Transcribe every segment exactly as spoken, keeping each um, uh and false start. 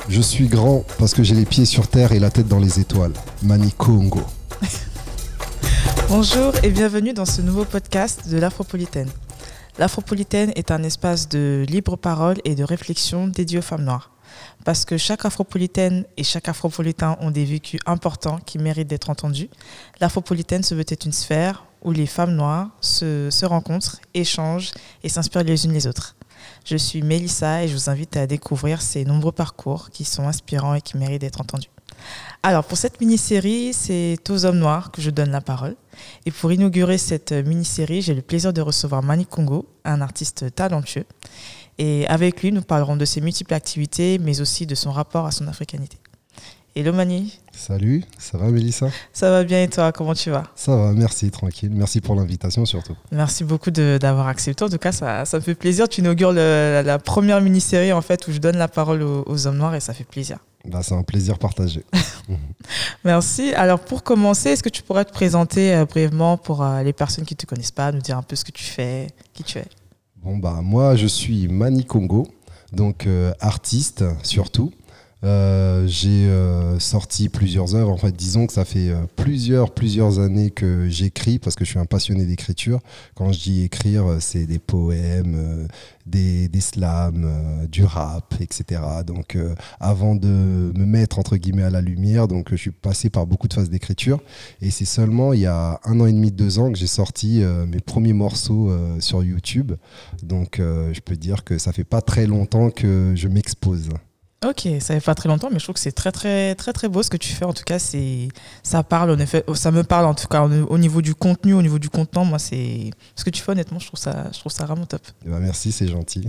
Je suis grand parce que j'ai les pieds sur terre et la tête dans les étoiles. Mani Congo. Bonjour et bienvenue dans ce nouveau podcast de l'Afropolitaine. L'Afropolitaine est un espace de libre parole et de réflexion dédié aux femmes noires. Parce que chaque Afropolitaine et chaque Afropolitain ont des vécus importants qui méritent d'être entendus, l'Afropolitaine se veut être une sphère où les femmes noires se, se rencontrent, échangent et s'inspirent les unes les autres. Je suis Mélissa et je vous invite à découvrir ces nombreux parcours qui sont inspirants et qui méritent d'être entendus. Alors pour cette mini-série, c'est aux hommes noirs que je donne la parole. Et pour inaugurer cette mini-série, j'ai le plaisir de recevoir Mani Congo, un artiste talentueux. Et avec lui, nous parlerons de ses multiples activités, mais aussi de son rapport à son africanité. Hello Mani. Salut, ça va Mélissa? Ça va bien et toi, comment tu vas? Ça va, merci, tranquille. Merci pour l'invitation surtout. Merci beaucoup de, d'avoir accepté. En tout cas, ça, ça me fait plaisir. Tu inaugures le, la, la première mini-série en fait, où je donne la parole aux, aux hommes noirs et ça fait plaisir. Bah, c'est un plaisir partagé. Merci. Alors pour commencer, est-ce que tu pourrais te présenter euh, brièvement pour euh, les personnes qui ne te connaissent pas, nous dire un peu ce que tu fais, qui tu es? Bon, bah, moi, je suis Mani Congo, donc euh, artiste surtout. Euh, j'ai euh, sorti plusieurs œuvres. En fait, disons que ça fait euh, plusieurs, plusieurs années que j'écris parce que je suis un passionné d'écriture. Quand je dis écrire, c'est des poèmes, euh, des, des slams, euh, du rap, et cetera. Donc, euh, avant de me mettre entre guillemets à la lumière, donc je suis passé par beaucoup de phases d'écriture. Et c'est seulement il y a un an et demi, deux ans que j'ai sorti euh, mes premiers morceaux euh, sur YouTube. Donc, euh, je peux dire que ça fait pas très longtemps que je m'expose. Ok, ça fait pas très longtemps, mais je trouve que c'est très très très très beau ce que tu fais. En tout cas, c'est ça parle en effet, ça me parle en tout cas au niveau du contenu, au niveau du contenant. Moi, c'est ce que tu fais honnêtement, je trouve ça, je trouve ça vraiment top. Eh ben merci, c'est gentil.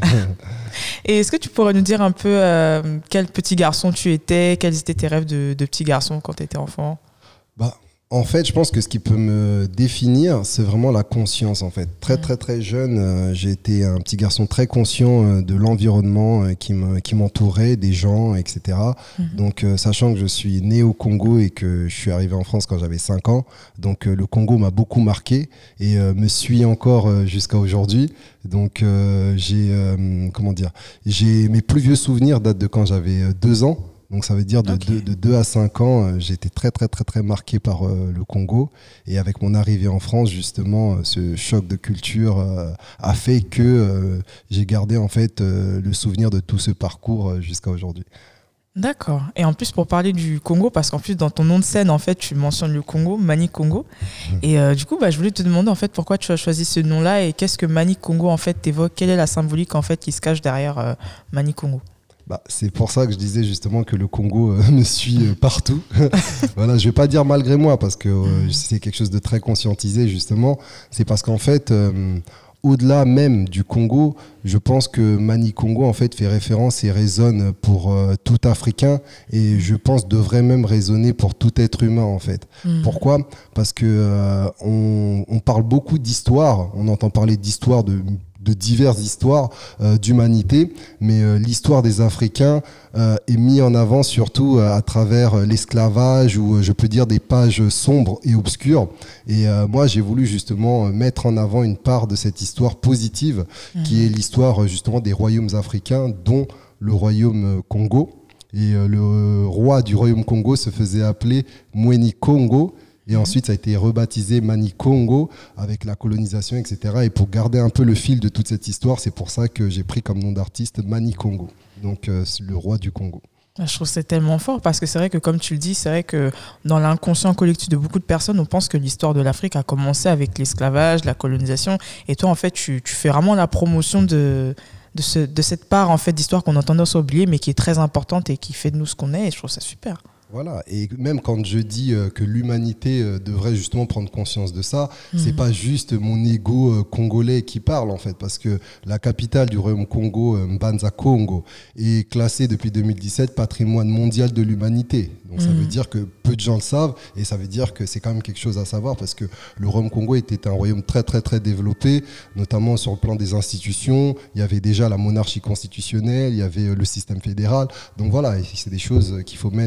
Et est-ce que tu pourrais nous dire un peu euh, quel petit garçon tu étais, quels étaient tes rêves de, de petit garçon quand tu étais enfant? Bah. En fait, je pense que ce qui peut me définir, c'est vraiment la conscience. En fait, très très très jeune, euh, j'ai été un petit garçon très conscient euh, de l'environnement euh, qui me, qui m'entourait, des gens, et cetera. Mm-hmm. Donc, euh, sachant que je suis né au Congo et que je suis arrivé en France quand j'avais cinq ans, donc euh, le Congo m'a beaucoup marqué et euh, me suit encore euh, jusqu'à aujourd'hui. Donc, euh, j'ai euh, comment dire, j'ai mes plus vieux souvenirs datent de quand j'avais euh, deux ans. Donc ça veut dire de, okay. de, de deux à cinq ans, euh, j'ai été très très très très marqué par euh, le Congo. Et avec mon arrivée en France, justement, euh, ce choc de culture euh, a fait que euh, j'ai gardé en fait euh, le souvenir de tout ce parcours euh, jusqu'à aujourd'hui. D'accord. Et en plus, pour parler du Congo, parce qu'en plus, dans ton nom de scène, en fait, tu mentionnes le Congo, Mani Congo. Mmh. Et euh, du coup, bah, je voulais te demander, en fait, pourquoi tu as choisi ce nom-là et qu'est-ce que Mani Congo, en fait, t'évoque? Quelle est la symbolique, en fait, qui se cache derrière euh, Mani Congo? Bah, c'est pour ça que je disais justement que le Congo euh, me suit euh, partout. Voilà, je vais pas dire malgré moi parce que euh, c'est quelque chose de très conscientisé justement. C'est parce qu'en fait, euh, au-delà même du Congo, je pense que Mani Congo en fait fait référence et résonne pour euh, tout Africain et je pense devrait même résonner pour tout être humain en fait. Mmh. Pourquoi ? Parce que euh, on, on parle beaucoup d'histoire, on entend parler d'histoire de de diverses histoires euh, d'humanité, mais euh, l'histoire des Africains euh, est mise en avant surtout euh, à travers euh, l'esclavage ou euh, je peux dire des pages sombres et obscures. Et euh, moi, j'ai voulu justement mettre en avant une part de cette histoire positive, mmh. qui est l'histoire justement des royaumes africains, dont le royaume Congo. Et euh, le roi du royaume Congo se faisait appeler Mweni Congo. Et ensuite, ça a été rebaptisé Mani Congo avec la colonisation, et cetera. Et pour garder un peu le fil de toute cette histoire, c'est pour ça que j'ai pris comme nom d'artiste Mani Congo, donc euh, le roi du Congo. Je trouve que c'est tellement fort parce que c'est vrai que, comme tu le dis, c'est vrai que dans l'inconscient collectif de beaucoup de personnes, on pense que l'histoire de l'Afrique a commencé avec l'esclavage, la colonisation. Et toi, en fait, tu, tu fais vraiment la promotion de, de, ce, de cette part en fait, d'histoire qu'on a tendance à oublier, mais qui est très importante et qui fait de nous ce qu'on est. Et je trouve ça super. Voilà, et même quand je dis euh, que l'humanité euh, devrait justement prendre conscience de ça, mmh. c'est pas juste mon ego euh, congolais qui parle en fait, parce que la capitale du royaume Congo, euh, Mbanza Congo, est classée depuis deux mille dix-sept patrimoine mondial de l'humanité. Donc mmh. ça veut dire que peu de gens le savent, et ça veut dire que c'est quand même quelque chose à savoir, parce que le royaume Congo était un royaume très très très développé, notamment sur le plan des institutions. Il y avait déjà la monarchie constitutionnelle, il y avait euh, le système fédéral. Donc voilà, c'est des choses qu'il faut mettre aussi en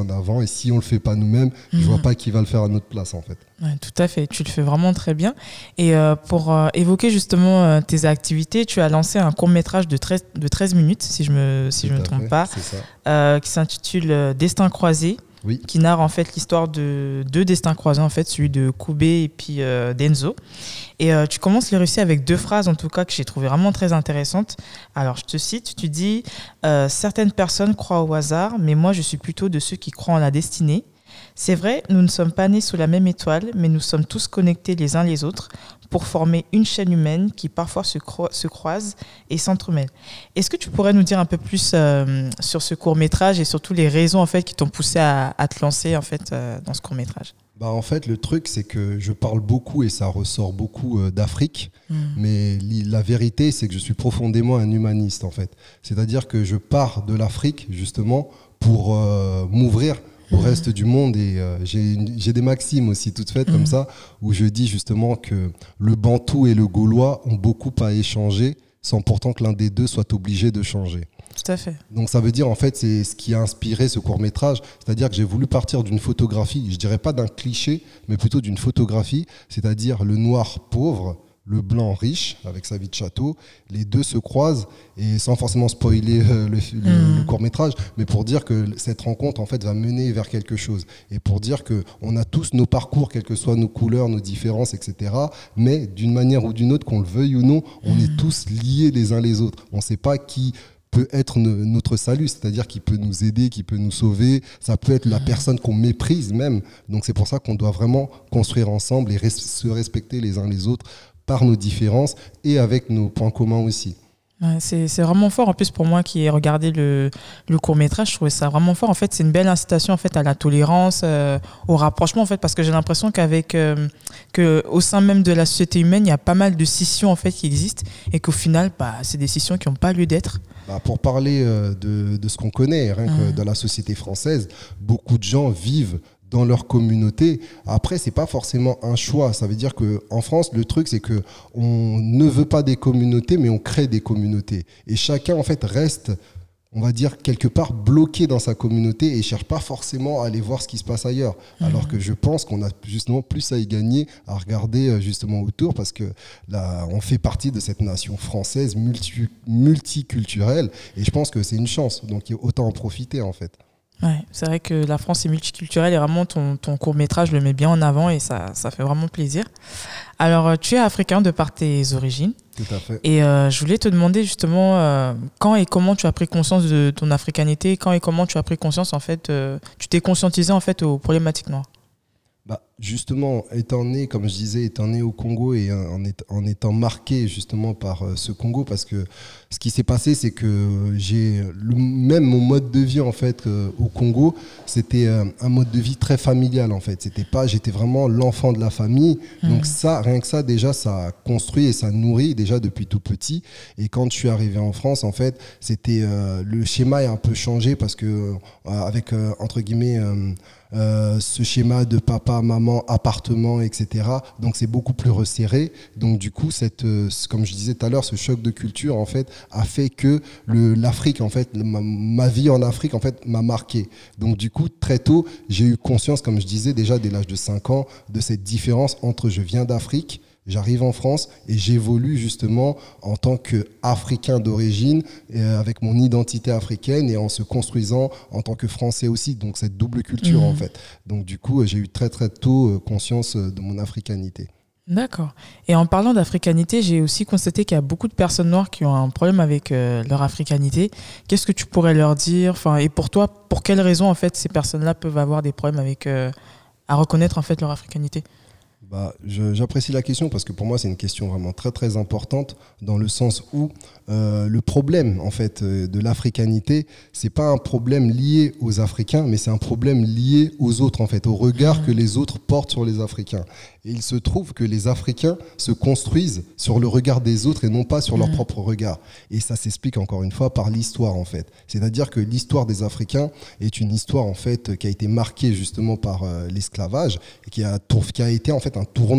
en avant. Et si on le fait pas nous-mêmes, mmh. je vois pas qui va le faire à notre place en fait. Ouais, tout à fait, tu le fais vraiment très bien. Et euh, pour euh, évoquer justement euh, tes activités, tu as lancé un court-métrage de treize, de treize minutes, si je me, si je me trompe fait, pas, euh, qui s'intitule euh, Destin croisé, oui. qui narre en fait l'histoire de deux destins croisés, en fait, celui de Koubé et puis euh, d'Enzo. Et euh, tu commences les récits avec deux phrases, en tout cas, que j'ai trouvées vraiment très intéressantes. Alors, je te cite, tu dis euh, « Certaines personnes croient au hasard, mais moi, je suis plutôt de ceux qui croient en la destinée. C'est vrai, nous ne sommes pas nés sous la même étoile, mais nous sommes tous connectés les uns les autres pour former une chaîne humaine qui parfois se, cro- se croise et s'entremêle. » Est-ce que tu pourrais nous dire un peu plus euh, sur ce court-métrage et surtout les raisons en fait, qui t'ont poussé à, à te lancer en fait, euh, dans ce court-métrage ? Bah en fait, le truc, c'est que je parle beaucoup et ça ressort beaucoup euh, d'Afrique, mmh. mais li- la vérité, c'est que je suis profondément un humaniste, en fait. C'est-à-dire que je pars de l'Afrique, justement, pour euh, m'ouvrir au reste du monde et euh, j'ai, une, j'ai des maximes aussi toutes faites mmh. comme ça où je dis justement que le bantou et le gaulois ont beaucoup à échanger sans pourtant que l'un des deux soit obligé de changer. Tout à fait. Donc ça veut dire en fait c'est ce qui a inspiré ce court-métrage, c'est-à-dire que j'ai voulu partir d'une photographie, je dirais pas d'un cliché mais plutôt d'une photographie, c'est-à-dire le noir pauvre, le blanc riche avec sa vie de château, les deux se croisent et sans forcément spoiler euh, le, le, mmh. le court-métrage, mais pour dire que cette rencontre en fait va mener vers quelque chose et pour dire que on a tous nos parcours, quelles que soient nos couleurs, nos différences, et cetera. Mais d'une manière ou d'une autre, qu'on le veuille ou non, on mmh. est tous liés les uns les autres. On ne sait pas qui peut être ne, notre salut, c'est-à-dire qui peut nous aider, qui peut nous sauver, ça peut être la personne qu'on méprise même. Donc c'est pour ça qu'on doit vraiment construire ensemble et res- se respecter les uns les autres par nos différences et avec nos points communs aussi. Ouais, c'est, c'est vraiment fort. En plus, pour moi qui ai regardé le, le court-métrage, je trouvais ça vraiment fort. En fait, c'est une belle incitation en fait, à la tolérance, euh, au rapprochement, en fait, parce que j'ai l'impression qu'avec, euh, que, au sein même de la société humaine, il y a pas mal de scissions en fait, qui existent et qu'au final, bah, c'est des scissions qui n'ont pas lieu d'être. Bah, pour parler euh, de, de ce qu'on connaît, rien mmh. que dans la société française, beaucoup de gens vivent dans leur communauté. Après, c'est pas forcément un choix. Ça veut dire que en France, le truc, c'est que on ne veut pas des communautés, mais on crée des communautés. Et chacun, en fait, reste, on va dire, quelque part bloqué dans sa communauté et cherche pas forcément à aller voir ce qui se passe ailleurs. Mmh. Alors que je pense qu'on a justement plus à y gagner à regarder justement autour parce que là, on fait partie de cette nation française multi- multiculturelle et je pense que c'est une chance. Donc, autant en profiter, en fait. Ouais, c'est vrai que la France est multiculturelle et vraiment ton, ton court-métrage le met bien en avant et ça, ça fait vraiment plaisir. Alors, tu es africain de par tes origines. Tout à fait. Et euh, je voulais te demander justement euh, quand et comment tu as pris conscience de ton africanité, quand et comment tu as pris conscience, en fait, euh, tu t'es conscientisé en fait aux problématiques noires. Bah, justement, étant né, comme je disais, étant né au Congo et en, est, en étant marqué justement par euh, ce Congo, parce que ce qui s'est passé, c'est que j'ai le, même mon mode de vie en fait euh, au Congo, c'était euh, un mode de vie très familial en fait. C'était pas, j'étais vraiment l'enfant de la famille, mmh. donc ça, rien que ça, déjà, ça construit et ça nourrit déjà depuis tout petit. Et quand je suis arrivé en France, en fait, c'était euh, le schéma a un peu changé parce que euh, avec euh, entre guillemets euh, Euh, ce schéma de papa, maman, appartement, et cetera. Donc c'est beaucoup plus resserré. Donc du coup, cette, euh, comme je disais tout à l'heure, ce choc de culture en fait a fait que le, l'Afrique, en fait, ma, ma vie en Afrique en fait m'a marqué. Donc du coup, très tôt, j'ai eu conscience, comme je disais déjà dès l'âge de cinq ans, de cette différence entre je viens d'Afrique. J'arrive en France et j'évolue justement en tant qu'Africain d'origine, euh, avec mon identité africaine et en se construisant en tant que Français aussi, donc cette double culture mmh. en fait. Donc du coup, j'ai eu très très tôt conscience de mon africanité. D'accord. Et en parlant d'africanité, j'ai aussi constaté qu'il y a beaucoup de personnes noires qui ont un problème avec euh, leur africanité. Qu'est-ce que tu pourrais leur dire ? Enfin, et pour toi, pour quelles raisons en fait ces personnes-là peuvent avoir des problèmes avec euh, à reconnaître en fait leur africanité ? Bah, je, j'apprécie la question parce que pour moi c'est une question vraiment très très importante dans le sens où euh, le problème en fait de l'africanité, c'est pas un problème lié aux Africains, mais c'est un problème lié aux autres en fait, au regard que les autres portent sur les Africains. Et il se trouve que les Africains se construisent sur le regard des autres et non pas sur leur propre regard. Et ça s'explique encore une fois par l'histoire en fait. C'est-à-dire que l'histoire des Africains est une histoire en fait qui a été marquée justement par euh, l'esclavage et qui a, qui a été en fait un tournant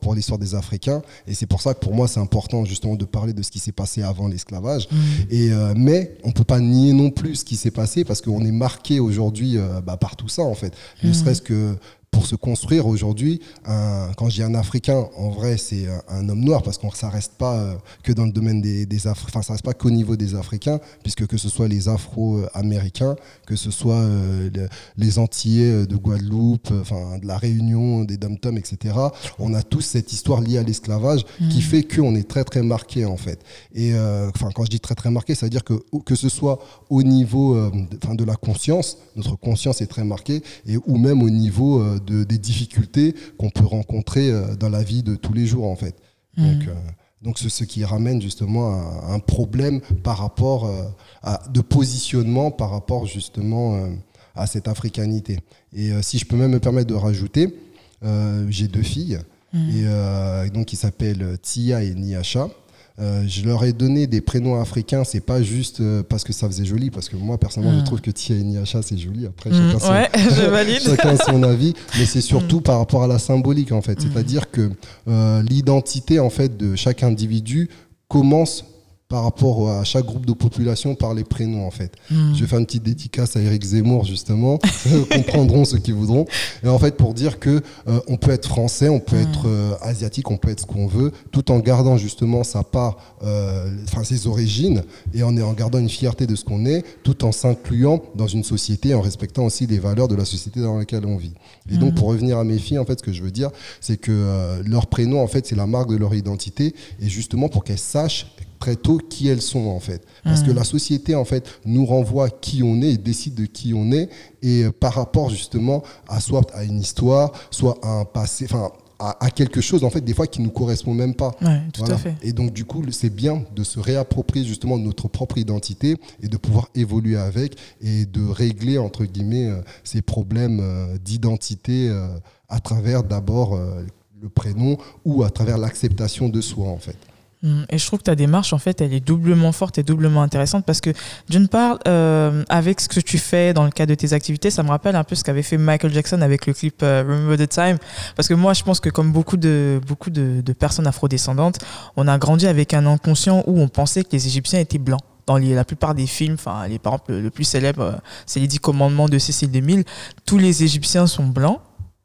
pour l'histoire des Africains. Et c'est pour ça que pour moi, c'est important justement de parler de ce qui s'est passé avant l'esclavage. Mmh. Et, euh, mais on ne peut pas nier non plus ce qui s'est passé parce qu'on est marqué aujourd'hui euh, bah, par tout ça, en fait. Ne mmh. serait-ce que pour se construire aujourd'hui, un, quand je dis un Africain, en vrai, c'est un, un homme noir, parce que ça ne reste pas euh, que dans le domaine des, des Africains, enfin, ça reste pas qu'au niveau des Africains, puisque que ce soit les Afro-Américains, que ce soit euh, les, les Antillais de Guadeloupe, enfin, de la Réunion, des Dom-Tom, et cetera, on a tous cette histoire liée à l'esclavage mmh. qui fait qu'on est très, très marqué, en fait. Et euh, enfin, quand je dis très, très marqué, ça veut dire que, que ce soit au niveau euh, de, de la conscience, notre conscience est très marquée, et, ou même au niveau euh, De, des difficultés qu'on peut rencontrer euh, dans la vie de tous les jours, en fait. Mmh. Donc, euh, donc ce, ce qui ramène justement à, à un problème par rapport euh, à, de positionnement par rapport justement euh, à cette africanité. Et euh, si je peux même me permettre de rajouter, euh, j'ai deux filles mmh. et euh, donc qui s'appellent Tia et Niasha. Euh, je leur ai donné des prénoms africains, c'est pas juste euh, parce que ça faisait joli, parce que moi personnellement mmh. je trouve que Tia et Niasha c'est joli, après mmh. chacun, son, ouais, je valide. chacun son avis, mais c'est surtout mmh. par rapport à la symbolique, en fait, mmh. c'est-à-dire que euh, l'identité, en fait, de chaque individu commence par rapport à chaque groupe de population par les prénoms, en fait. Mmh. Je vais faire une petite dédicace à Éric Zemmour, justement, comprendront ceux qui voudront. Et en fait, pour dire que euh, on peut être français, on peut mmh. être euh, asiatique, on peut être ce qu'on veut, tout en gardant justement sa part, euh, enfin ses origines, et en, en gardant une fierté de ce qu'on est, tout en s'incluant dans une société, en respectant aussi les valeurs de la société dans laquelle on vit. Et mmh. donc, pour revenir à mes filles, en fait, ce que je veux dire, c'est que euh, leur prénom, en fait, c'est la marque de leur identité, et justement pour qu'elles sachent très tôt qui elles sont, en fait, parce mmh. que la société, en fait, nous renvoie qui on est et décide de qui on est, et euh, par rapport justement à soit à une histoire, soit à un passé, enfin à, à quelque chose, en fait, des fois qui nous correspond même pas. Ouais, tout voilà. à fait. Et donc du coup, c'est bien de se réapproprier justement notre propre identité et de pouvoir évoluer avec et de régler, entre guillemets, euh, ces problèmes euh, d'identité euh, à travers d'abord euh, le prénom ou à travers l'acceptation de soi, en fait. Et je trouve que ta démarche, en fait, elle est doublement forte et doublement intéressante parce que, d'une part, euh, avec ce que tu fais dans le cadre de tes activités, ça me rappelle un peu ce qu'avait fait Michael Jackson avec le clip euh, Remember the Time. Parce que moi, je pense que comme beaucoup de, beaucoup de, de personnes afrodescendantes, on a grandi avec un inconscient où on pensait que les Égyptiens étaient blancs. Dans les, la plupart des films, enfin, les, par exemple, le, le plus célèbre, euh, c'est les Dix Commandements de Cécile DeMille. Tous les Égyptiens sont blancs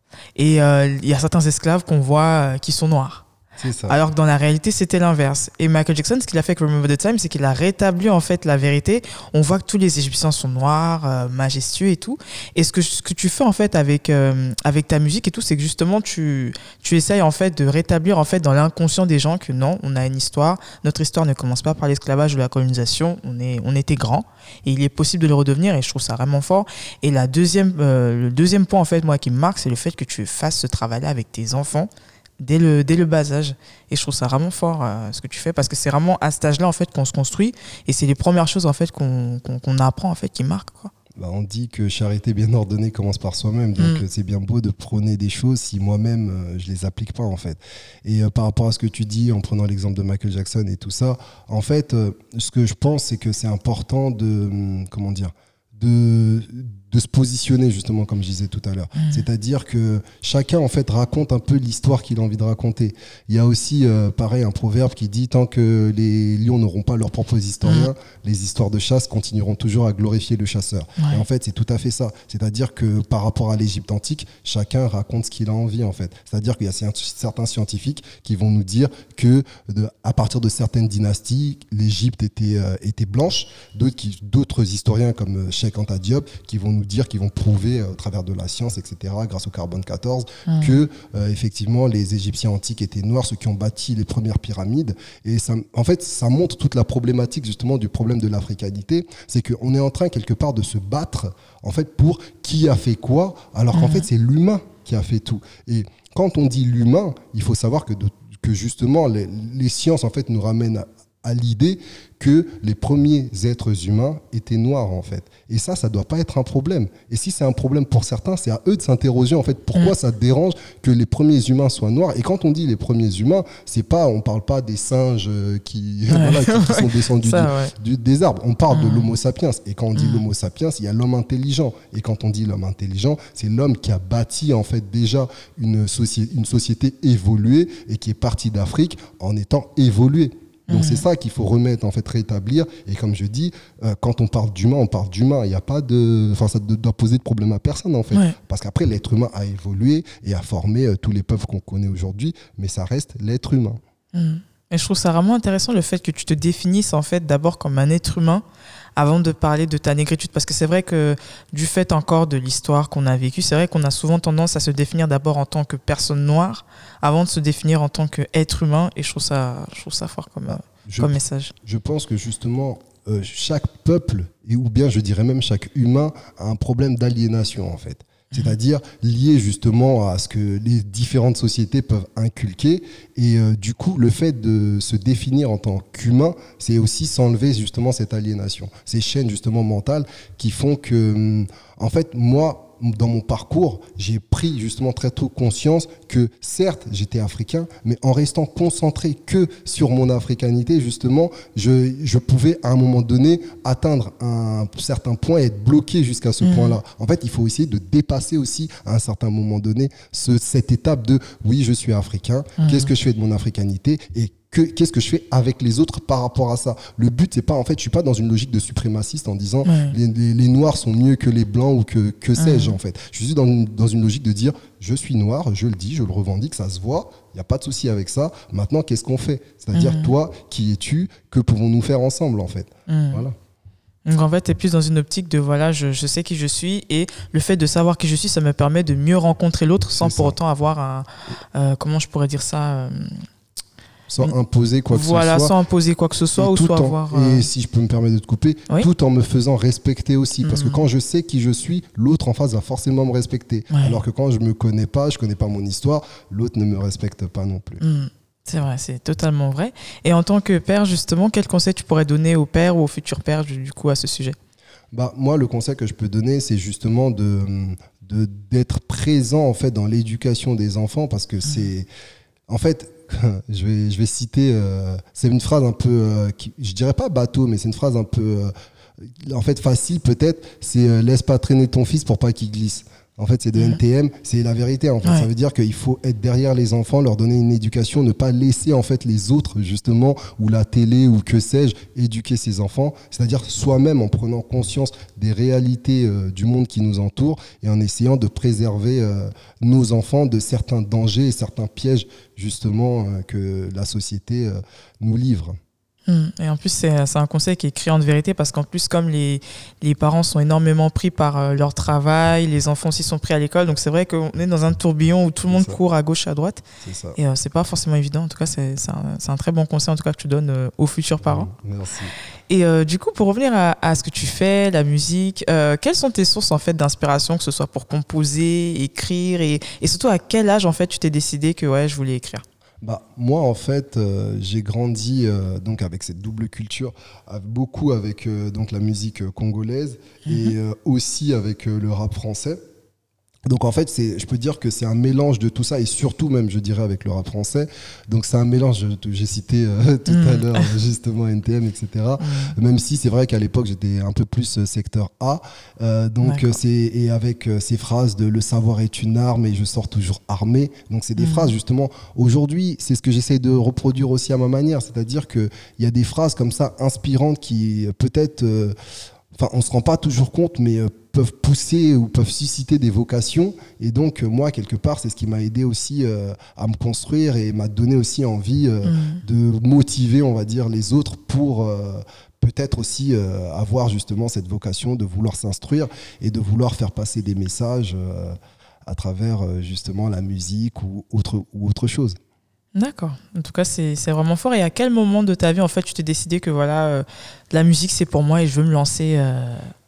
et il euh, y a certains esclaves qu'on voit euh, qui sont noirs. C'est ça. Alors que dans la réalité, c'était l'inverse. Et Michael Jackson, ce qu'il a fait avec Remember the Time, c'est qu'il a rétabli en fait la vérité. On voit que tous les Égyptiens sont noirs, euh, majestueux et tout. Et ce que, ce que tu fais en fait avec, euh, avec ta musique et tout, c'est que justement, tu, tu essayes en fait de rétablir en fait dans l'inconscient des gens que non, on a une histoire. Notre histoire ne commence pas par l'esclavage ou la colonisation. On, est, on était grands et il est possible de le redevenir et je trouve ça vraiment fort. Et la deuxième, euh, le deuxième point en fait, moi, qui me marque, c'est le fait que tu fasses ce travail-là avec tes enfants. Dès le, dès le bas âge. Et je trouve ça vraiment fort euh, ce que tu fais parce que c'est vraiment à cet âge-là en fait, qu'on se construit et c'est les premières choses en fait, qu'on, qu'on, qu'on apprend en fait, qui marquent, quoi. Bah, on dit que charité bien ordonnée commence par soi-même, donc mmh. c'est bien beau de prôner des choses si moi-même euh, je les applique pas, en fait. Et euh, par rapport à ce que tu dis en prenant l'exemple de Michael Jackson et tout ça, en fait, euh, ce que je pense, c'est que c'est important de, hum, comment dire, de de se positionner, justement, comme je disais tout à l'heure. Mmh. C'est-à-dire que chacun, en fait, raconte un peu l'histoire qu'il a envie de raconter. Il y a aussi, euh, pareil, un proverbe qui dit « Tant que les lions n'auront pas leurs propres historiens, mmh. les histoires de chasse continueront toujours à glorifier le chasseur. Ouais. » Et en fait, c'est tout à fait ça. C'est-à-dire que par rapport à l'Égypte antique, chacun raconte ce qu'il a envie, en fait. C'est-à-dire qu'il y a certains scientifiques qui vont nous dire que de, à partir de certaines dynasties, l'Égypte était, euh, était blanche. D'autres, qui, d'autres historiens, comme Cheikh Anta Diop, qui vont nous dire, qu'ils vont prouver euh, au travers de la science, et cetera, grâce au carbone quatorze, mmh. que euh, effectivement les Égyptiens antiques étaient noirs, ceux qui ont bâti les premières pyramides. Et ça, en fait, ça montre toute la problématique justement du problème de l'africanité, c'est qu'on est en train quelque part de se battre en fait pour qui a fait quoi, alors mmh. qu'en fait c'est l'humain qui a fait tout. Et quand on dit l'humain, il faut savoir que, de, que justement les, les sciences en fait nous ramènent à à l'idée que les premiers êtres humains étaient noirs en fait. Et ça, ça doit pas être un problème. Et si c'est un problème pour certains, c'est à eux de s'interroger en fait pourquoi mmh. ça te dérange que les premiers humains soient noirs. Et quand on dit les premiers humains, c'est pas, on parle pas des singes qui, ouais. voilà, qui, qui sont descendus ça, du, ouais. du, des arbres. On parle mmh. de l'homo sapiens. Et quand on dit mmh. l'homo sapiens, il y a l'homme intelligent. Et quand on dit l'homme intelligent, c'est l'homme qui a bâti en fait déjà une, soci- une société évoluée et qui est parti d'Afrique en étant évoluée. Donc mmh. c'est ça qu'il faut remettre, en fait, rétablir. Et comme je dis, euh, quand on parle d'humain, on parle d'humain. Il n'y a pas de, enfin, ça ne doit poser de problème à personne, en fait. Ouais. Parce qu'après, l'être humain a évolué et a formé euh, tous les peuples qu'on connaît aujourd'hui, mais ça reste l'être humain. Mmh. Et je trouve ça vraiment intéressant le fait que tu te définisses, en fait, d'abord comme un être humain avant de parler de ta négritude. Parce que c'est vrai que du fait encore de l'histoire qu'on a vécue, c'est vrai qu'on a souvent tendance à se définir d'abord en tant que personne noire avant de se définir en tant qu'être humain. Et je trouve ça, je trouve ça fort comme, je, comme message. Je pense que justement, euh, chaque peuple, et ou bien je dirais même chaque humain, a un problème d'aliénation en fait. C'est-à-dire lié justement à ce que les différentes sociétés peuvent inculquer. Et euh, du coup, le fait de se définir en tant qu'humain, c'est aussi s'enlever justement cette aliénation. Ces chaînes justement mentales qui font que, en fait, moi, dans mon parcours, j'ai pris justement très tôt conscience que certes, j'étais africain, mais en restant concentré que sur mon africanité, justement, je, je pouvais à un moment donné atteindre un certain point et être bloqué jusqu'à ce mmh. point-là. En fait, il faut essayer de dépasser aussi à un certain moment donné ce, cette étape de oui, je suis africain, mmh. qu'est-ce que je fais de mon africanité et Que, qu'est-ce que je fais avec les autres par rapport à ça. Le but, c'est pas, en fait, je suis pas dans une logique de suprémaciste en disant ouais. les, les, les noirs sont mieux que les blancs ou que, que sais-je, ouais. en fait. Je suis dans une, dans une logique de dire, je suis noir, je le dis, je le revendique, ça se voit, il n'y a pas de souci avec ça. Maintenant, qu'est-ce qu'on fait ? C'est-à-dire, mmh. toi, qui es-tu ? Que pouvons-nous faire ensemble, en fait ? mmh. Voilà. Donc en fait, tu es plus dans une optique de voilà, je, je sais qui je suis et le fait de savoir qui je suis, ça me permet de mieux rencontrer l'autre sans pour autant avoir un, euh, comment je pourrais dire ça euh, sans imposer quoi que voilà, ce soit. Voilà, sans imposer quoi que ce soit. Et, ou tout soit en, avoir, euh... et si je peux me permettre de te couper, oui tout en me faisant respecter aussi. Parce mmh. que quand je sais qui je suis, l'autre en face va forcément me respecter. Ouais. Alors que quand je ne me connais pas, je ne connais pas mon histoire, l'autre ne me respecte pas non plus. Mmh. C'est vrai, c'est totalement vrai. Et en tant que père, justement, quel conseil tu pourrais donner au père ou au futur père du coup, à ce sujet ? Bah, moi, le conseil que je peux donner, c'est justement de, de, d'être présent en fait, dans l'éducation des enfants parce que mmh. c'est... En fait... Je vais, je vais citer, euh, c'est une phrase un peu, euh, qui, je dirais pas bateau, mais c'est une phrase un peu, euh, en fait facile peut-être, c'est euh, laisse pas traîner ton fils pour pas qu'il glisse. En fait, c'est de mmh. N T M, c'est la vérité. En fait, ouais. ça veut dire qu'il faut être derrière les enfants, leur donner une éducation, ne pas laisser en fait les autres justement ou la télé ou que sais-je éduquer ses enfants. C'est-à-dire soi-même en prenant conscience des réalités euh, du monde qui nous entoure et en essayant de préserver euh, nos enfants de certains dangers et certains pièges justement euh, que la société euh, nous livre. Et en plus, c'est, c'est un conseil qui est criant de vérité parce qu'en plus, comme les, les parents sont énormément pris par euh, leur travail, les enfants aussi sont pris à l'école, donc c'est vrai qu'on est dans un tourbillon où tout le monde court à gauche, à droite. C'est ça. Et euh, c'est pas forcément évident. En tout cas, c'est, c'est, un, c'est un très bon conseil en tout cas que tu donnes euh, aux futurs parents. Merci. Et euh, du coup, pour revenir à, à ce que tu fais, la musique, euh, quelles sont tes sources en fait d'inspiration, que ce soit pour composer, écrire, et, et surtout à quel âge en fait tu t'es décidé que ouais, je voulais écrire ? Bah, moi, en fait, euh, j'ai grandi euh, donc avec cette double culture, avec, beaucoup avec euh, donc, la musique euh, congolaise mmh. et euh, aussi avec euh, le rap français. Donc en fait, c'est, je peux dire que c'est un mélange de tout ça et surtout même, je dirais, avec le rap français. Donc c'est un mélange, j'ai cité euh, tout mmh. à l'heure justement N T M, et cetera. Mmh. Même si c'est vrai qu'à l'époque, j'étais un peu plus secteur A. Euh, donc D'accord. c'est et avec euh, ces phrases de « le savoir est une arme et je sors toujours armé ». Donc c'est des mmh. phrases justement, aujourd'hui, c'est ce que j'essaie de reproduire aussi à ma manière. C'est-à-dire qu'il y a des phrases comme ça inspirantes qui peut-être... Euh, Enfin, on ne se rend pas toujours compte, mais euh, peuvent pousser ou peuvent susciter des vocations. Et donc, euh, moi, quelque part, c'est ce qui m'a aidé aussi euh, à me construire et m'a donné aussi envie euh, mmh. de motiver, on va dire, les autres pour euh, peut-être aussi euh, avoir justement cette vocation de vouloir s'instruire et de vouloir faire passer des messages euh, à travers euh, justement la musique ou autre, ou autre chose. D'accord. En tout cas, c'est, c'est vraiment fort. Et à quel moment de ta vie, en fait, tu t'es décidé que voilà, euh, la musique, c'est pour moi et je veux me lancer euh,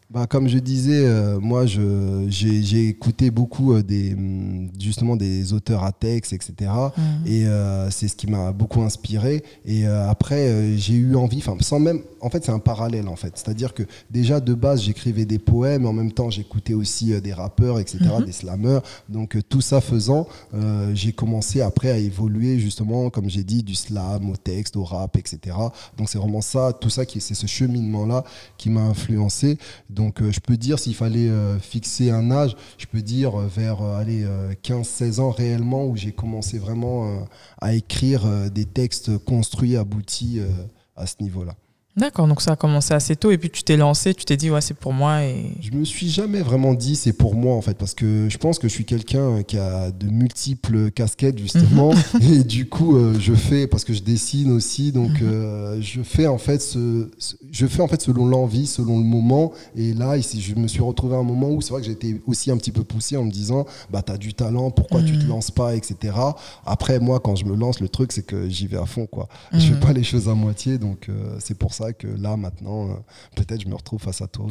Bah, comme je disais, euh, moi, je, j'ai, j'ai écouté beaucoup euh, des, justement des auteurs à texte, et cetera. Mmh. Et euh, c'est ce qui m'a beaucoup inspiré. Et euh, après, euh, j'ai eu envie, enfin, sans même, en fait, c'est un parallèle, en fait. C'est-à-dire que déjà, de base, j'écrivais des poèmes, en même temps, j'écoutais aussi euh, des rappeurs, et cetera, mmh. des slammeurs. Donc, euh, tout ça faisant, euh, j'ai commencé après à évoluer, justement, comme j'ai dit, du slam au texte, au rap, et cetera. Donc, c'est vraiment ça, tout ça, qui, c'est ce cheminement-là qui m'a influencé. Donc euh, je peux dire, s'il fallait euh, fixer un âge, je peux dire euh, vers euh, allez, euh, quinze seize ans réellement, où j'ai commencé vraiment euh, à écrire euh, des textes construits, aboutis euh, à ce niveau-là. D'accord, donc ça a commencé assez tôt et puis tu t'es lancé, tu t'es dit ouais c'est pour moi et... Je me suis jamais vraiment dit c'est pour moi en fait, parce que je pense que je suis quelqu'un qui a de multiples casquettes justement et du coup euh, je fais, parce que je dessine aussi, donc euh, je fais en fait ce, ce, je fais en fait selon l'envie, selon le moment. Et là ici je me suis retrouvé à un moment où c'est vrai que j'ai été aussi un petit peu poussé en me disant bah t'as du talent, pourquoi mmh. tu te lances pas, et cetera. Après moi quand je me lance, le truc c'est que j'y vais à fond quoi. Mmh. Je fais pas les choses à moitié, donc euh, c'est pour ça que là maintenant euh, peut-être je me retrouve face à toi.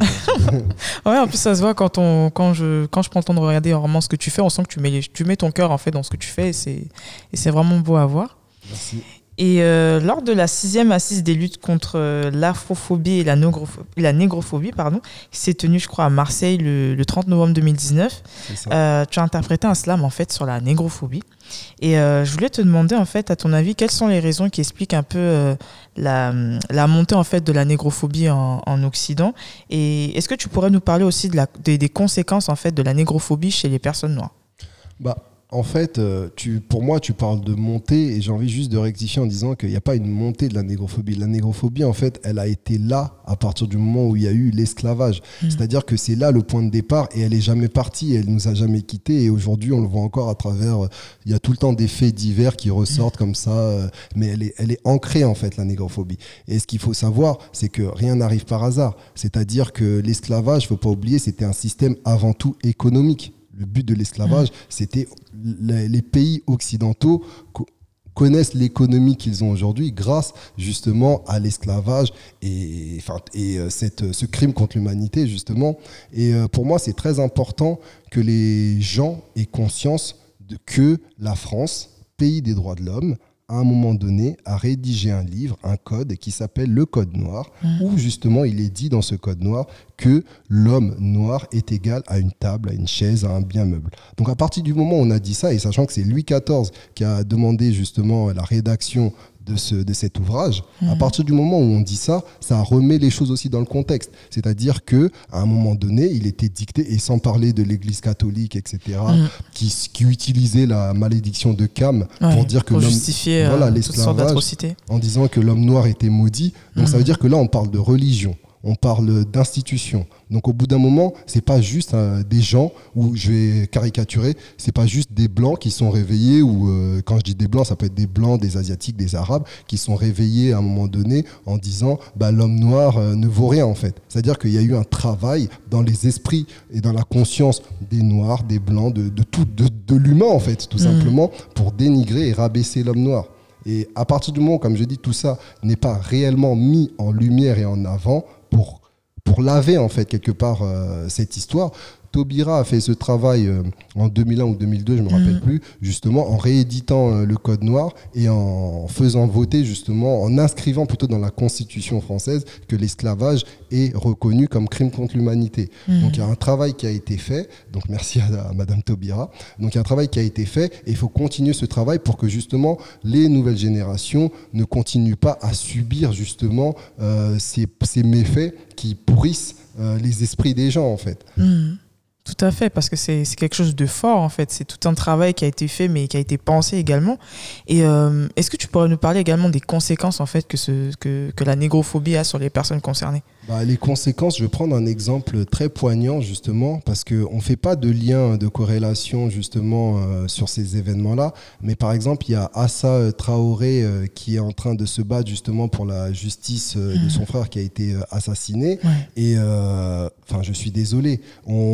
Ouais, en plus ça se voit quand on quand je quand je prends le temps de regarder vraiment ce que tu fais, on sent que tu mets les, tu mets ton cœur en fait dans ce que tu fais et c'est et c'est vraiment beau à voir. Merci. Et euh, lors de la sixième assise des luttes contre euh, l'afrophobie et la, nogropho- la négrophobie, pardon, qui s'est tenue, je crois, à Marseille le, le trente novembre deux mille dix-neuf, euh, tu as interprété un slam en fait sur la négrophobie. Et euh, je voulais te demander en fait, à ton avis, quelles sont les raisons qui expliquent un peu euh, la, la montée en fait de la négrophobie en, en Occident. Et est-ce que tu pourrais nous parler aussi de la, des, des conséquences en fait de la négrophobie chez les personnes noires? Bah. En fait, tu, pour moi, tu parles de montée et j'ai envie juste de rectifier en disant qu'il n'y a pas une montée de la négrophobie. La négrophobie, en fait, elle a été là à partir du moment où il y a eu l'esclavage. Mmh. C'est-à-dire que c'est là le point de départ et elle n'est jamais partie, elle ne nous a jamais quittés. Et aujourd'hui, on le voit encore à travers... Il y a tout le temps des faits divers qui ressortent mmh. comme ça, mais elle est, elle est ancrée, en fait, la négrophobie. Et ce qu'il faut savoir, c'est que rien n'arrive par hasard. C'est-à-dire que l'esclavage, il ne faut pas oublier, c'était un système avant tout économique. Le but de l'esclavage, mmh. c'était les, les pays occidentaux co- connaissent l'économie qu'ils ont aujourd'hui grâce justement à l'esclavage et, enfin, et euh, cette, ce crime contre l'humanité justement. Et euh, pour moi, c'est très important que les gens aient conscience de, que la France, pays des droits de l'homme, à un moment donné, a rédigé un livre, un code qui s'appelle le Code Noir, mmh. où justement il est dit dans ce Code Noir que l'homme noir est égal à une table, à une chaise, à un bien meuble. Donc à partir du moment où on a dit ça, et sachant que c'est Louis quatorze qui a demandé justement la rédaction de, ce, de cet ouvrage, mmh. à partir du moment où on dit ça, ça remet les choses aussi dans le contexte. C'est-à-dire qu'à un moment donné, il était dicté, et sans parler de l'Église catholique, et cetera, mmh. qui, qui utilisait la malédiction de Cam ouais, pour dire que pour l'homme... justifier voilà, euh, toutes sortes d'atrocités. En disant que l'homme noir était maudit. Donc mmh. ça veut dire que là, on parle de religion. On parle d'institutions. Donc au bout d'un moment, c'est pas juste euh, des gens, ou je vais caricaturer, c'est pas juste des blancs qui sont réveillés, ou euh, quand je dis des blancs, ça peut être des blancs, des asiatiques, des arabes, qui sont réveillés à un moment donné en disant bah, l'homme noir euh, ne vaut rien en fait. C'est-à-dire qu'il y a eu un travail dans les esprits et dans la conscience des noirs, des blancs, de, de, tout, de, de l'humain en fait, tout mmh. simplement, pour dénigrer et rabaisser l'homme noir. Et à partir du moment, comme je dis, tout ça n'est pas réellement mis en lumière et en avant pour, pour laver en fait quelque part euh, cette histoire. Taubira a fait ce travail euh, en deux mille un ou deux mille deux, je ne me rappelle mmh. plus, justement en rééditant euh, le Code Noir et en faisant voter justement, en inscrivant plutôt dans la Constitution française que l'esclavage est reconnu comme crime contre l'humanité. Mmh. Donc il y a un travail qui a été fait, donc merci à, à Madame Taubira, donc il y a un travail qui a été fait et il faut continuer ce travail pour que justement les nouvelles générations ne continuent pas à subir justement euh, ces, ces méfaits qui pourrissent euh, les esprits des gens en fait. Mmh. Tout à fait, parce que c'est, c'est quelque chose de fort en fait. C'est tout un travail qui a été fait, mais qui a été pensé également. Et euh, est-ce que tu pourrais nous parler également des conséquences en fait que, ce, que, que la négrophobie a sur les personnes concernées? Bah, les conséquences, je vais prendre un exemple très poignant justement, parce qu'on ne fait pas de lien, de corrélation justement euh, sur ces événements-là. Mais par exemple, il y a Assa Traoré euh, qui est en train de se battre justement pour la justice euh, mmh. de son frère qui a été euh, assassiné. Ouais. Et enfin, euh, je suis désolé, on aime bien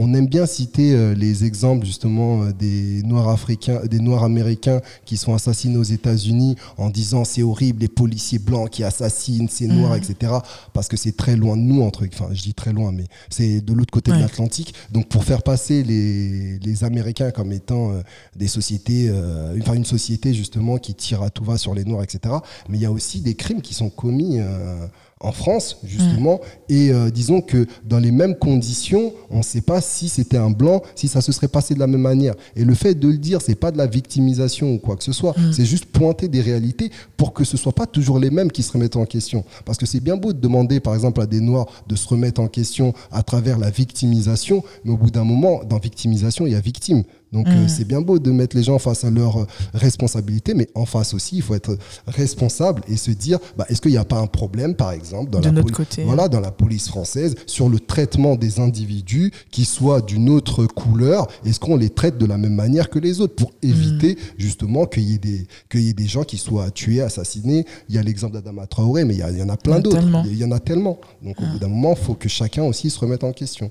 bien cité euh, les exemples justement euh, des Noirs africains, des Noirs américains qui sont assassinés aux États-Unis en disant c'est horrible, les policiers blancs qui assassinent ces Noirs, mmh. et cetera. Parce que c'est très loin de nous, entre, enfin je dis très loin, mais c'est de l'autre côté ouais. de l'Atlantique. Donc pour faire passer les, les Américains comme étant euh, des sociétés, euh, enfin une société justement qui tire à tout va sur les Noirs, et cetera. Mais il y a aussi des crimes qui sont commis euh, en France, justement, mmh. et euh, disons que dans les mêmes conditions, on ne sait pas si c'était un blanc, si ça se serait passé de la même manière. Et le fait de le dire, c'est pas de la victimisation ou quoi que ce soit, mmh. c'est juste pointer des réalités pour que ce soit pas toujours les mêmes qui se remettent en question. Parce que c'est bien beau de demander, par exemple, à des Noirs de se remettre en question à travers la victimisation, mais au bout d'un moment, dans victimisation, il y a victime. Donc mmh. euh, c'est bien beau de mettre les gens face à leurs euh, responsabilités, mais en face aussi, il faut être responsable et se dire, bah, est-ce qu'il n'y a pas un problème, par exemple, dans, de la, notre poli- côté. Voilà, dans la police française, sur le traitement des individus qui soient d'une autre couleur? Est-ce qu'on les traite de la même manière que les autres pour éviter mmh. justement qu'il y ait des, qu'il y ait des gens qui soient tués, assassinés? Il y a l'exemple d'Adama Traoré, mais il y, a, il y en a plein il y d'autres. Tellement. Il y en a tellement. Donc ah. au bout d'un moment, il faut que chacun aussi se remette en question.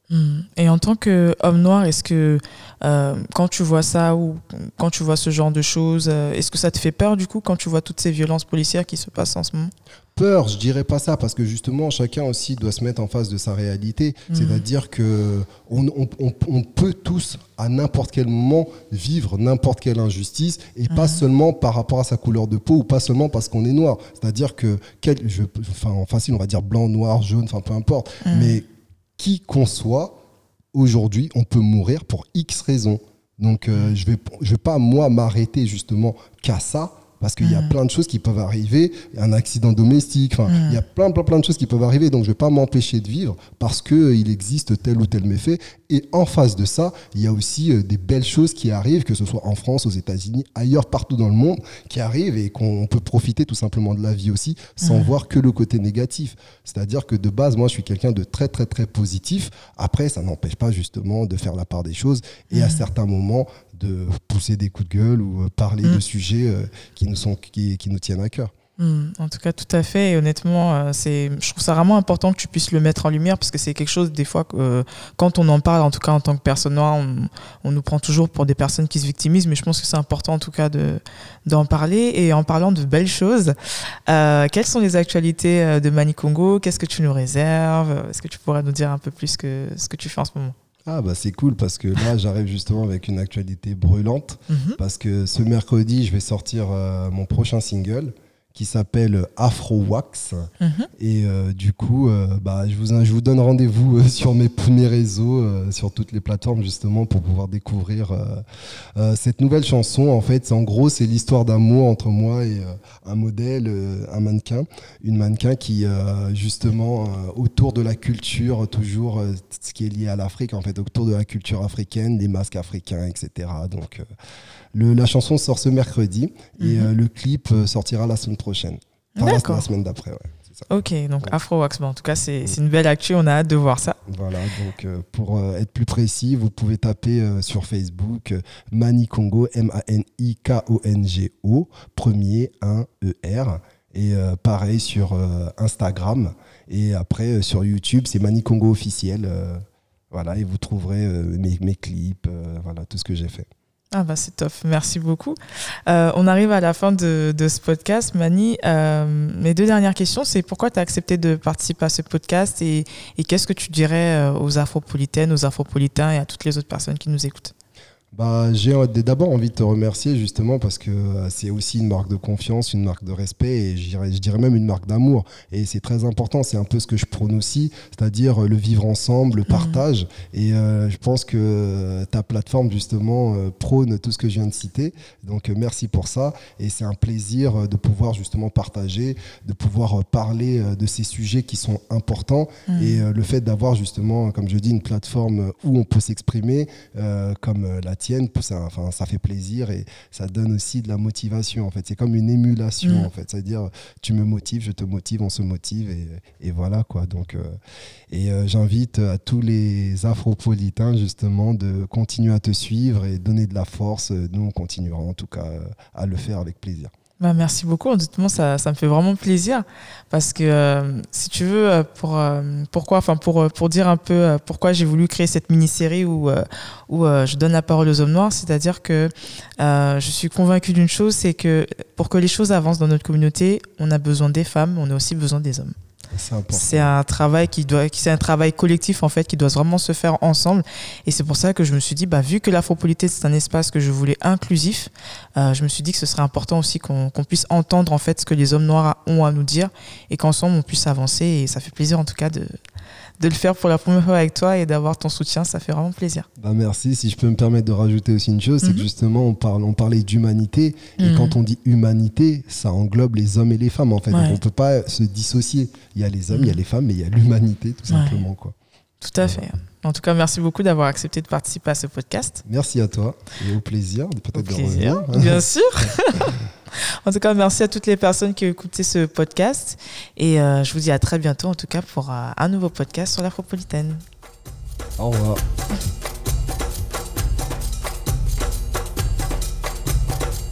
Et en tant qu'homme noir, est-ce que euh, quand tu vois ça ou quand tu vois ce genre de choses, euh, est-ce que ça te fait peur du coup quand tu vois toutes ces violences policières qui se passent en ce moment? Peur, je dirais pas ça, parce que justement chacun aussi doit se mettre en face de sa réalité. Mmh. C'est-à-dire que on, on, on, on peut tous à n'importe quel moment vivre n'importe quelle injustice, et mmh. pas seulement par rapport à sa couleur de peau ou pas seulement parce qu'on est noir. C'est-à-dire que quel, je, enfin en facile on va dire blanc, noir, jaune, enfin peu importe, mmh. mais qui qu'on soit, aujourd'hui, on peut mourir pour X raisons. Donc, euh, je ne vais, je vais pas, moi, m'arrêter justement qu'à ça, parce qu'il mmh. y a plein de choses qui peuvent arriver, un accident domestique, enfin, mmh. il y a plein, plein, plein de choses qui peuvent arriver, donc je ne vais pas m'empêcher de vivre parce qu'il existe tel ou tel méfait. Et en face de ça, il y a aussi euh, des belles choses qui arrivent, que ce soit en France, aux États-Unis, ailleurs, partout dans le monde, qui arrivent et qu'on peut profiter tout simplement de la vie aussi, sans mmh. voir que le côté négatif. C'est-à-dire que de base, moi, je suis quelqu'un de très, très, très positif. Après, ça n'empêche pas justement de faire la part des choses et mmh. à certains moments, de pousser des coups de gueule ou parler mmh. de sujets euh, qui, nous sont, qui, qui nous tiennent à cœur. Mmh, en tout cas, tout à fait. Et honnêtement, euh, c'est, je trouve ça vraiment important que tu puisses le mettre en lumière parce que c'est quelque chose, des fois, euh, quand on en parle, en tout cas en tant que personne noire, on, on nous prend toujours pour des personnes qui se victimisent, mais je pense que c'est important en tout cas de, d'en parler. Et en parlant de belles choses, euh, quelles sont les actualités de Mani Congo? Qu'est-ce que tu nous réserves? Est-ce que tu pourrais nous dire un peu plus que ce que tu fais en ce moment? Ah bah c'est cool parce que là j'arrive justement avec une actualité brûlante mmh. parce que ce mercredi je vais sortir euh, mon prochain single qui s'appelle Afro Wax mmh. et euh, du coup euh, bah, je, vous, je vous donne rendez-vous euh, sur mes, mes réseaux, euh, sur toutes les plateformes justement pour pouvoir découvrir euh, euh, cette nouvelle chanson. En fait, en gros c'est l'histoire d'amour entre moi et euh, un modèle, euh, un mannequin, une mannequin qui euh, justement euh, autour de la culture, toujours euh, ce qui est lié à l'Afrique en fait, autour de la culture africaine, les masques africains, et cetera. Donc euh, Le, la chanson sort ce mercredi mmh. et euh, le clip euh, sortira la semaine prochaine. Enfin, D'accord. La, la semaine d'après, ouais. C'est ça. Ok, donc ouais. Afro Wax, bon, en tout cas, c'est, c'est une belle actu, on a hâte de voir ça. Voilà, donc euh, pour euh, être plus précis, vous pouvez taper euh, sur Facebook euh, Mani Congo, M A N I K O N G O, premier un E R. Et euh, pareil sur euh, Instagram. Et après, euh, sur YouTube, c'est Mani Congo officiel. Euh, voilà, et vous trouverez euh, mes, mes clips, euh, voilà, tout ce que j'ai fait. Ah bah c'est top, merci beaucoup. Euh, on arrive à la fin de, de ce podcast, Mani. Euh, mes deux dernières questions, c'est pourquoi tu as accepté de participer à ce podcast et, et qu'est-ce que tu dirais aux Afropolitaines, aux Afropolitains et à toutes les autres personnes qui nous écoutent? Bah, j'ai d'abord envie de te remercier justement parce que c'est aussi une marque de confiance, une marque de respect et je dirais, je dirais même une marque d'amour. Et c'est très important, c'est un peu ce que je prône aussi, c'est-à-dire le vivre ensemble, le partage. Mmh. Et euh, je pense que ta plateforme justement euh, prône tout ce que je viens de citer. Donc euh, merci pour ça. Et c'est un plaisir de pouvoir justement partager, de pouvoir parler de ces sujets qui sont importants. Mmh. Et euh, le fait d'avoir justement, comme je dis, une plateforme où on peut s'exprimer euh, comme la tienne, ça, enfin, ça fait plaisir et ça donne aussi de la motivation en fait. C'est comme une émulation mmh. en fait, c'est-à-dire tu me motives, je te motive, on se motive et, et voilà quoi. Donc, euh, et euh, j'invite à tous les Afropolitains justement de continuer à te suivre et donner de la force. Nous on continuera en tout cas à le faire avec plaisir. Bah, merci beaucoup. Honnêtement, ça, ça me fait vraiment plaisir parce que euh, si tu veux, pour euh, pourquoi, enfin pour pour dire un peu euh, pourquoi j'ai voulu créer cette mini-série où euh, où euh, je donne la parole aux hommes noirs, c'est-à-dire que euh, je suis convaincue d'une chose, c'est que pour que les choses avancent dans notre communauté, on a besoin des femmes, on a aussi besoin des hommes. C'est important. C'est un travail qui doit, c'est un travail collectif en fait, qui doit vraiment se faire ensemble. Et c'est pour ça que je me suis dit, bah vu que l'Afropolité c'est un espace que je voulais inclusif, euh, je me suis dit que ce serait important aussi qu'on, qu'on puisse entendre en fait ce que les hommes noirs ont à nous dire et qu'ensemble on puisse avancer. Et ça fait plaisir en tout cas de de le faire pour la première fois avec toi et d'avoir ton soutien, ça fait vraiment plaisir. Bah merci. Si je peux me permettre de rajouter aussi une chose, mm-hmm. c'est que justement on parle, on parlait d'humanité et mm-hmm. quand on dit humanité, ça englobe les hommes et les femmes en fait. Ouais. Donc on peut pas se dissocier. Il y a les hommes, mm-hmm. il y a les femmes, mais il y a l'humanité tout simplement ouais. quoi. Tout à fait. En tout cas, merci beaucoup d'avoir accepté de participer à ce podcast. Merci à toi et au plaisir peut-être au plaisir, de revenir. Bien sûr. En tout cas, merci à toutes les personnes qui ont écouté ce podcast. Et euh, je vous dis à très bientôt, en tout cas, pour euh, un nouveau podcast sur l'Afropolitaine. Au revoir.